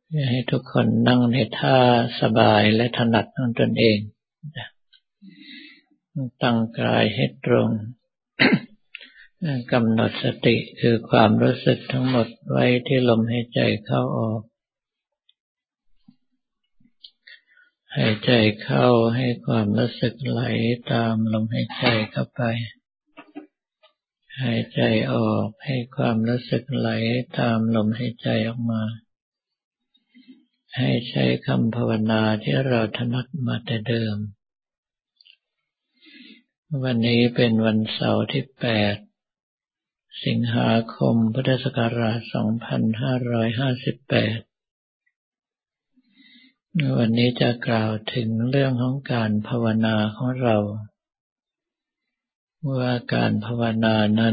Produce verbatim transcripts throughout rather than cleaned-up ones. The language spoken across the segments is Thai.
ให้ทุกคนนั่งในท่าสบายและถนัดของตนเองตั้งกายให้ตรงกำหนดสติคือความรู้สึกทั้งหมดไว้ที่ลมหายใจเข้าออกหายใจเข้าให้ความรู้สึกไหลตามลมหายใจเข้าไปหายใจออกให้ความรู้สึกไหลตามลมหายใจออกมาให้ใช้คำภาวนาที่เราถนัดมาแต่เดิมวันนี้เป็นวันเสาร์ที่แปดสิงหาคมพุทธศักราชสองพันห้าร้อยห้าสิบแปดวันนี้จะกล่าวถึงเรื่องของการภาวนาของเราว่าการภาวนานั้น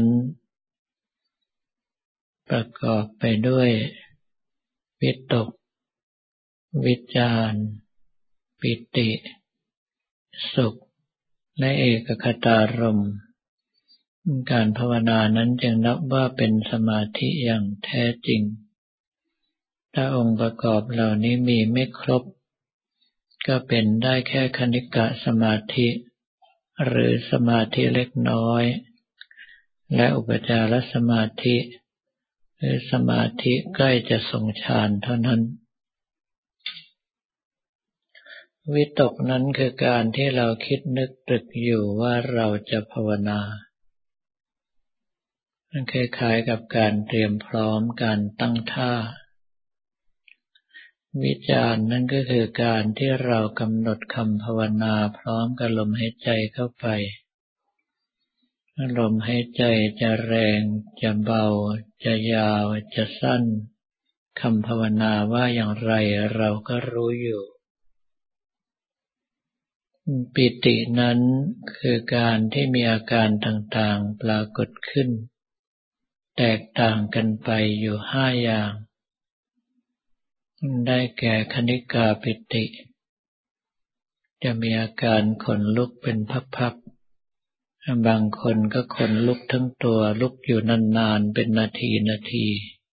ประกอบไปด้วยวิตกวิจารปิติสุขและเอกคตารมณ์การภาวนานั้นจึงนับว่าเป็นสมาธิอย่างแท้จริงถ้าองค์ประกอบเหล่านี้มีไม่ครบก็เป็นได้แค่คณิกะสมาธิหรือสมาธิเล็กน้อยและอุปจารสมาธิหรือสมาธิใกล้จะทรงฌานเท่านั้นวิตกนั้นคือการที่เราคิดนึกตรึกอยู่ว่าเราจะภาวนามันคล้ายๆกับการเตรียมพร้อมการตั้งท่าวิจารณ์นั่นก็คือการที่เรากำหนดคำภาวนาพร้อมกับลมหายใจเข้าไปลมหายใจจะแรงจะเบาจะยาวจะสั้นคำภาวนาว่าอย่างไรเราก็รู้อยู่ปิตินั้นคือการที่มีอาการต่างๆปรากฏขึ้นแตกต่างกันไปอยู่ห้าอย่างได้แก่คณิกาปิติจะมีอาการขนลุกเป็นพักๆบางคนก็ขนลุกทั้งตัวลุกอยู่นานๆเป็นนาทีนาที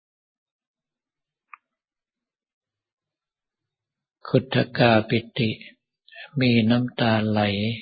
ขุทธกาปิติมีน้ำตาไหล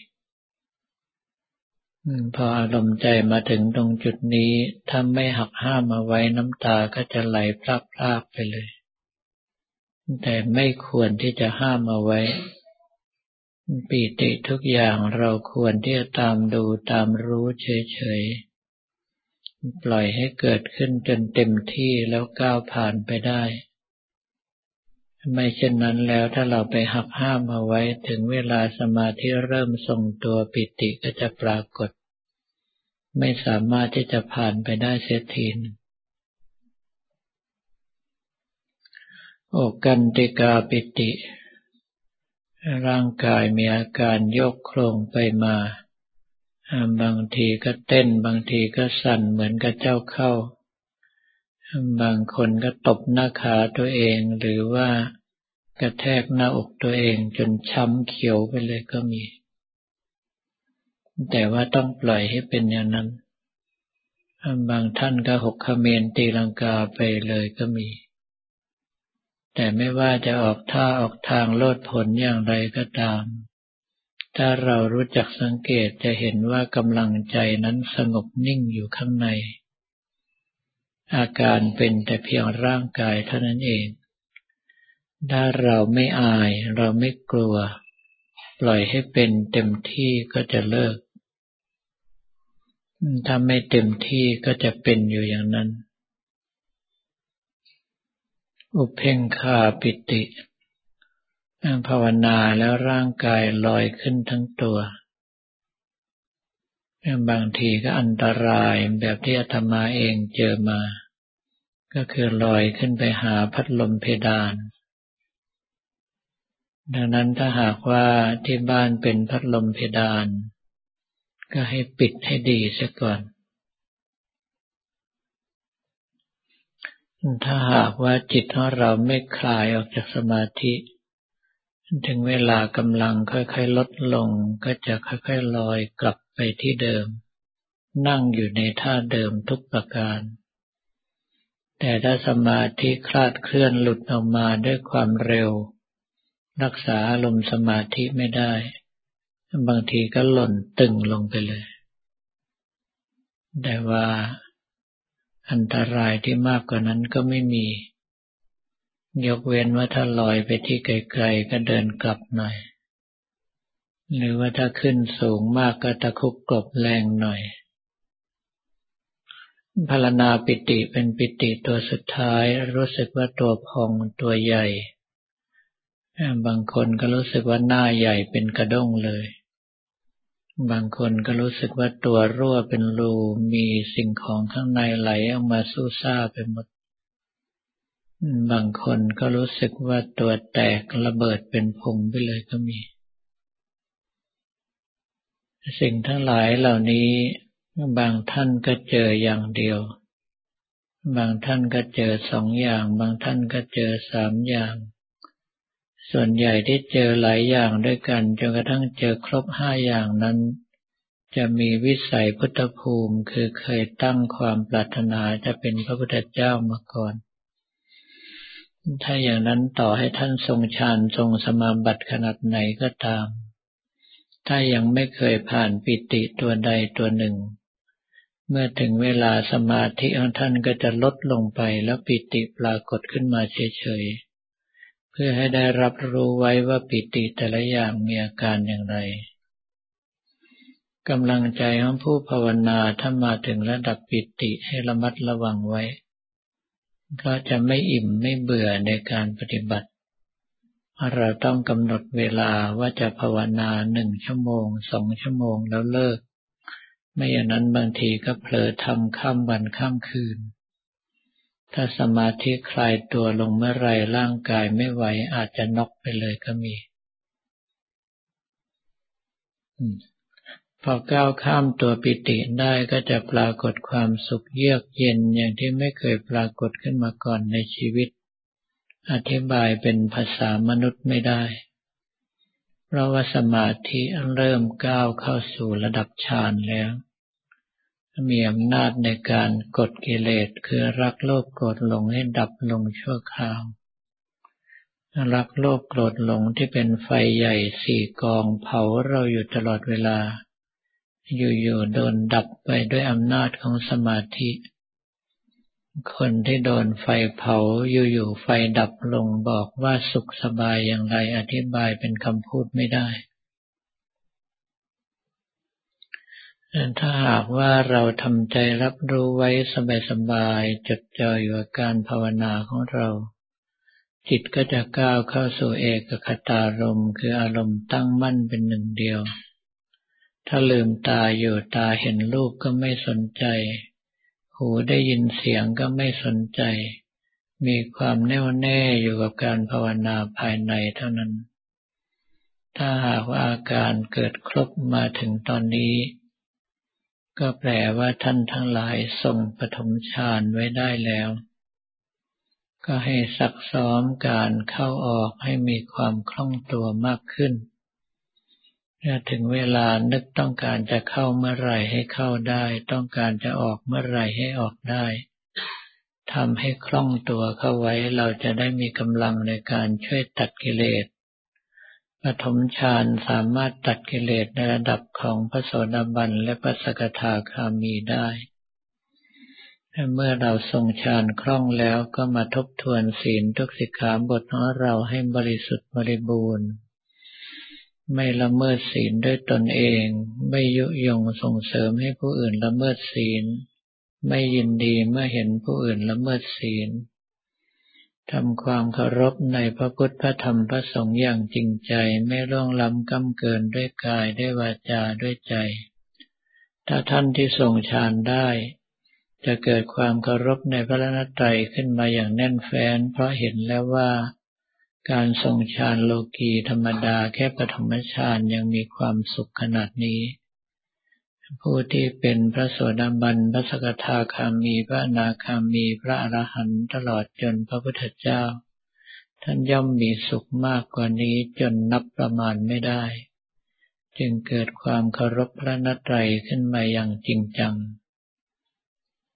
พออารมณ์ใจมาถึงตรงจุดนี้ถ้าไม่หักห้ามเอาไว้น้ำตาก็จะไหลพรากๆไปเลยแต่ไม่ควรที่จะห้ามเอาไว้ปิติทุกอย่างเราควรที่จะตามดูตามรู้เฉยๆปล่อยให้เกิดขึ้นจนเต็มที่แล้วก้าวผ่านไปได้ไม่เช่นนั้นแล้วถ้าเราไปหักห้ามเอาไว้ถึงเวลาสมาธิเริ่มทรงตัวปิติก็จะปรากฏไม่สามารถที่จะผ่านไปได้เสียทีโอกันติกาปิติร่างกายมีอาการโยกโครงไปมาบางทีก็เต้นบางทีก็สั่นเหมือนกับเจ้าเข้าบางคนก็ตบหน้าขาตัวเองหรือว่ากระแทกหน้าอกตัวเองจนช้ำเขียวไปเลยก็มีแต่ว่าต้องปล่อยให้เป็นอย่างนั้นบางท่านก็หกเขมรตีลังกาไปเลยก็มีแต่ไม่ว่าจะออกท่าออกทางโลดผลอย่างไรก็ตามถ้าเรารู้จักสังเกตจะเห็นว่ากำลังใจนั้นสงบนิ่งอยู่ข้างในอาการเป็นแต่เพียงร่างกายเท่านั้นเองถ้าเราไม่อายเราไม่กลัวปล่อยให้เป็นเต็มที่ก็จะเลิกถ้าไม่เต็มที่ก็จะเป็นอยู่อย่างนั้นอุเพงคาปิติภาวนาแล้วร่างกายลอยขึ้นทั้งตัวบางทีก็อันตรายแบบที่อาตมาเองเจอมาก็คือลอยขึ้นไปหาพัดลมเพดานดังนั้นถ้าหากว่าที่บ้านเป็นพัดลมเพดานก็ให้ปิดให้ดีเสียก่อนถ้าหากว่าจิตของเราไม่คลายออกจากสมาธิถึงเวลากำลังค่อยๆลดลงก็จะค่อยๆลอยกลับไปที่เดิมนั่งอยู่ในท่าเดิมทุกประการแต่ถ้าสมาธิคลาดเคลื่อนหลุดออกมาด้วยความเร็วรักษาอารมณ์สมาธิไม่ได้บางทีก็หล่นตึงลงไปเลยแต่ว่าอันตรายที่มากกว่านั้นก็ไม่มียกเว้นว่าถ้าลอยไปที่ไกลๆก็เดินกลับหน่อยหรือว่าถ้าขึ้นสูงมากก็ตะคุบกลบแรงหน่อยภาวนาปิติเป็นปิติตัวสุดท้ายรู้สึกว่าตัวพองตัวใหญ่บางคนก็รู้สึกว่าหน้าใหญ่เป็นกระด้งเลยบางคนก็รู้สึกว่าตัวรั่วเป็นรูมีสิ่งของข้างในไหลออกมาสู้ซ่าไปหมดบางคนก็รู้สึกว่าตัวแตกระเบิดเป็นผงไปเลยก็มีสิ่งทั้งหลายเหล่านี้บางท่านก็เจออย่างเดียวบางท่านก็เจอสองอย่างบางท่านก็เจอสามอย่างส่วนใหญ่ที่เจอหลายอย่างด้วยกันจนกระทั่งเจอครบห้าอย่างนั้นจะมีวิสัยพุทธภูมิคือเคยตั้งความปรารถนาจะเป็นพระพุทธเจ้ามาก่อนถ้าอย่างนั้นต่อให้ท่านทรงฌานทรงสมาบัติขนาดไหนก็ตามถ้ายังไม่เคยผ่านปิติตัวใดตัวหนึ่งเมื่อถึงเวลาสมาธิของท่านก็จะลดลงไปแล้วปิติปรากฏขึ้นมาเฉยๆเพื่อให้ได้รับรู้ไว้ว่าปิติแต่ละอย่างมีอาการอย่างไรกำลังใจของผู้ภาวนาถ้ามาถึงระดับปิติให้ระมัดระวังไว้ก็จะไม่อิ่มไม่เบื่อในการปฏิบัติเราต้องกำหนดเวลาว่าจะภาวนาหนึ่งชั่วโมงสองชั่วโมงแล้วเลิกไม่อย่างนั้นบางทีก็เผลอทำข้ามวันข้ามคืนถ้าสมาธิคลายตัวลงเมื่อไรร่างกายไม่ไหวอาจจะน็อกไปเลยก็มีพอก้าวข้ามตัวปิติได้ก็จะปรากฏความสุขเยือกเย็นอย่างที่ไม่เคยปรากฏขึ้นมาก่อนในชีวิตอธิบายเป็นภาษามนุษย์ไม่ได้เพราะว่าสมาธิเริ่มก้าวเข้าสู่ระดับฌานแล้วมีอำนาจในการกดกิเลสคือรักโลภโกรธหลงให้ดับลงชั่วคราวรักโลภโกรธหลงที่เป็นไฟใหญ่สี่กองเผาเราอยู่ตลอดเวลาอยู่ๆโดนดับไปด้วยอำนาจของสมาธิคนที่โดนไฟเผาอยู่ๆไฟดับลงบอกว่าสุขสบายอย่างไรอธิบายเป็นคำพูดไม่ได้ถ้าหากว่าเราทำใจรับรู้ไว้สบายๆจดจ่ออยู่กับการภาวนาของเราจิตก็จะก้าวเข้าสู่เอกคตารมณ์คืออารมณ์ตั้งมั่นเป็นหนึ่งเดียวถ้าลืมตาอยู่ตาเห็นรูปก็ไม่สนใจหูได้ยินเสียงก็ไม่สนใจมีความแน่วแน่อยู่กับการภาวนาภายในเท่านั้นถ้าหากว่าอาการเกิดครบมาถึงตอนนี้ก็แปลว่าท่านทั้งหลายทรงปฐมฌานไว้ได้แล้วก็ให้ซักซ้อมการเข้าออกให้มีความคล่องตัวมากขึ้นเมื่อถึงเวลานึกต้องการจะเข้าเมื่อไหร่ให้เข้าได้ต้องการจะออกเมื่อไหร่ให้ออกได้ทำให้คล่องตัวเข้าไว้เราจะได้มีกำลังในการช่วยตัดกิเลสปฐมฌานสามารถตัดกิเลสในระดับของพระโสดาบันและพระสกทาคามีได้เมื่อเราทรงฌานคล่องแล้วก็มาทบทวนศีลทุกสิกขาบทของเราให้บริสุทธิ์บริบูรณ์ไม่ละเมิดศีลด้วยตนเองไม่ยุยงส่งเสริมให้ผู้อื่นละเมิดศีลไม่ยินดีเมื่อเห็นผู้อื่นละเมิดศีลทำความเคารพในพระพุทธพระธรรมพระสงฆ์อย่างจริงใจไม่ล่วงล้ำก้ำเกินด้วยกายด้วยวาจาด้วยใจถ้าท่านที่ทรงฌานได้จะเกิดความเคารพในพระรัตนตรัยขึ้นมาอย่างแน่นแฟ้นเพราะเห็นแล้วว่าการทรงฌานโลกีธรรมดาแค่ปฐมฌานยังมีความสุขขนาดนี้ผู้ที่เป็นพระโสดาบันพระสกทาคามีพระอนาคามีพระอรหันต์ตลอดจนพระพุทธเจ้าท่านย่อมมีสุขมากกว่านี้จนนับประมาณไม่ได้จึงเกิดความเคารพพระรัตนตรัยขึ้นมาอย่างจริงจัง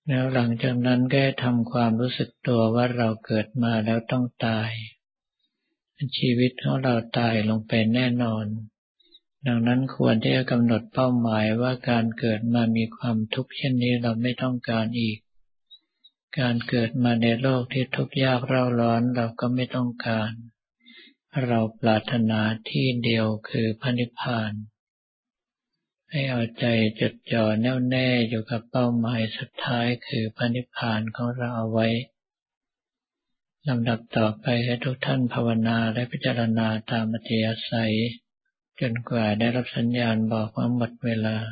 แล้วหลังจากนั้นก็ทำความรู้สึกตัวว่าเราเกิดมาแล้วต้องตายชีวิตของเราตายลงไปแน่นอนดังนั้นควรที่จะกำหนดเป้าหมายว่าการเกิดมามีความทุกข์เช่นนี้เราไม่ต้องการอีกการเกิดมาในโลกที่ทุกข์ยากเร่าร้อนเราก็ไม่ต้องการเราปรารถนาที่เดียวคือพระนิพพานให้เอาใจจดจ่อแน่วแน่อยู่กับเป้าหมายสุดท้ายคือพระนิพพานของเราเอาไว้ลำดับต่อไปให้ทุกท่านภาวนาและพิจารณาตามอัธยาศัยจนกว่าได้รับสัญญาณบอกว่าหมดเวลา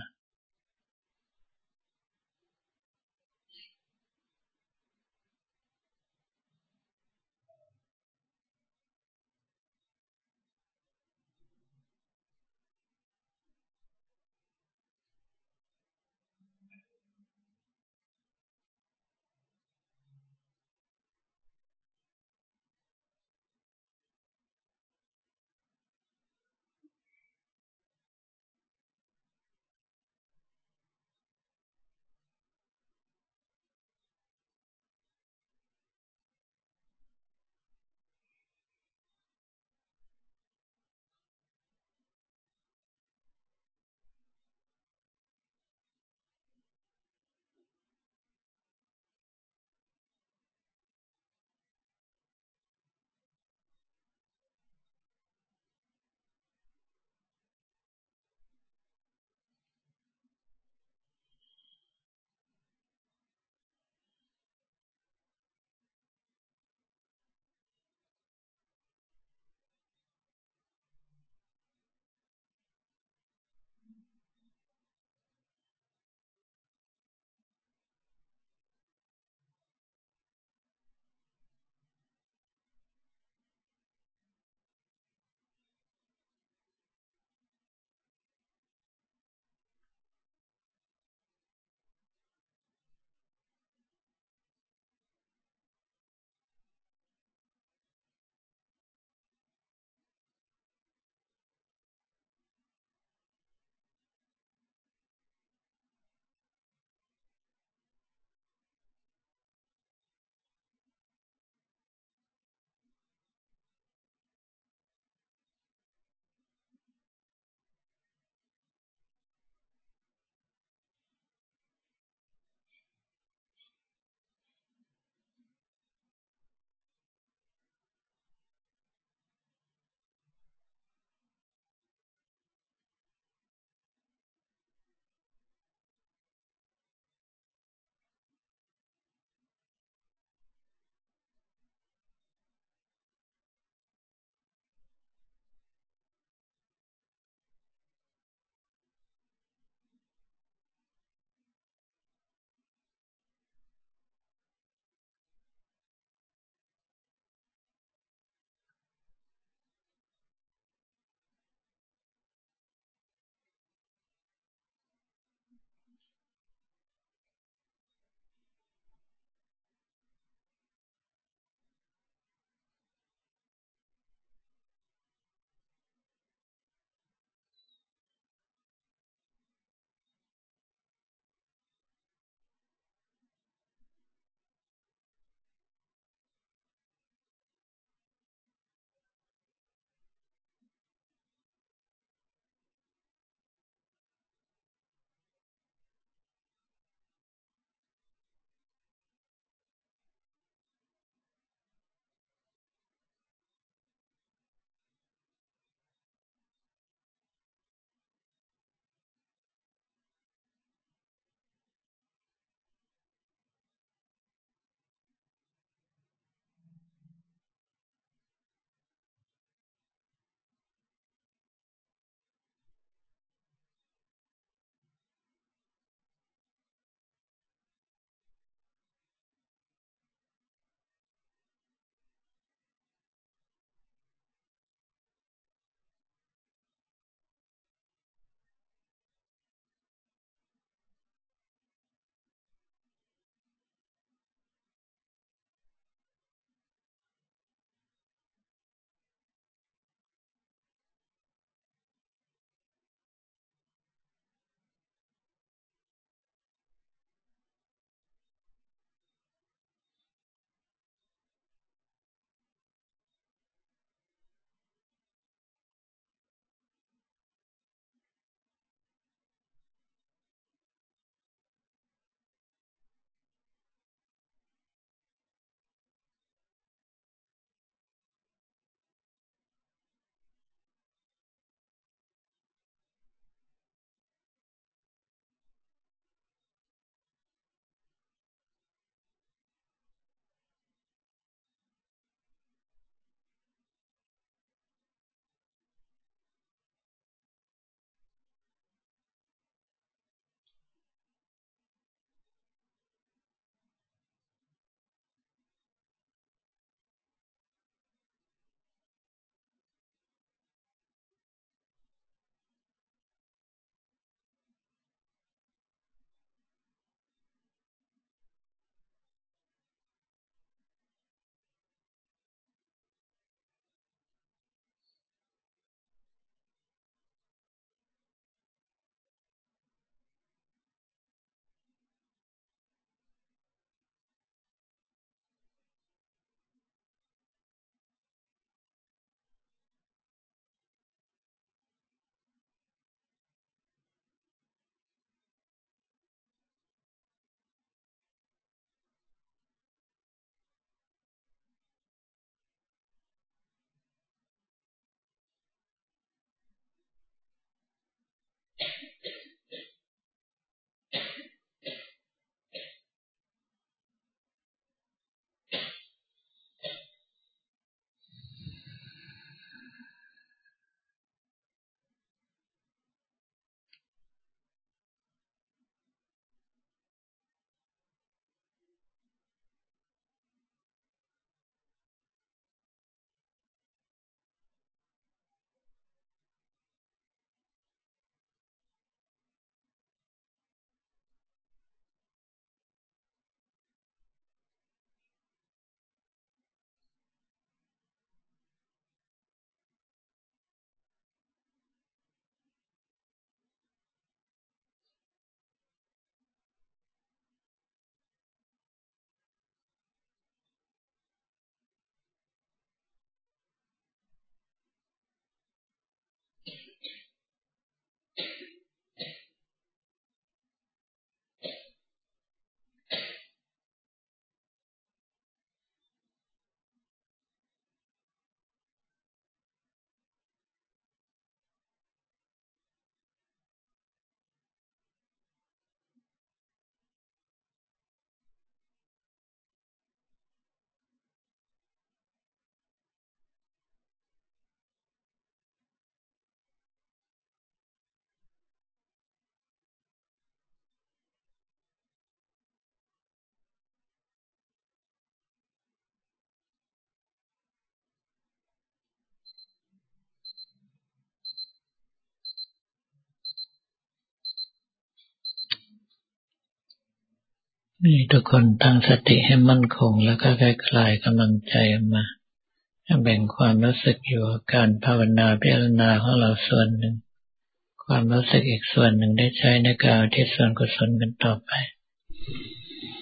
นี่ทุกคนตั้งสติให้มั่นคงแล้วก็คลายกำลังใจออกมาแบ่งความรู้สึกอยู่กับการภาวนาพิจารณาของเราส่วนหนึ่งความรู้สึกอีกส่วนหนึ่งได้ใช้ในการอุทิศส่วนกุศลกันต่อไป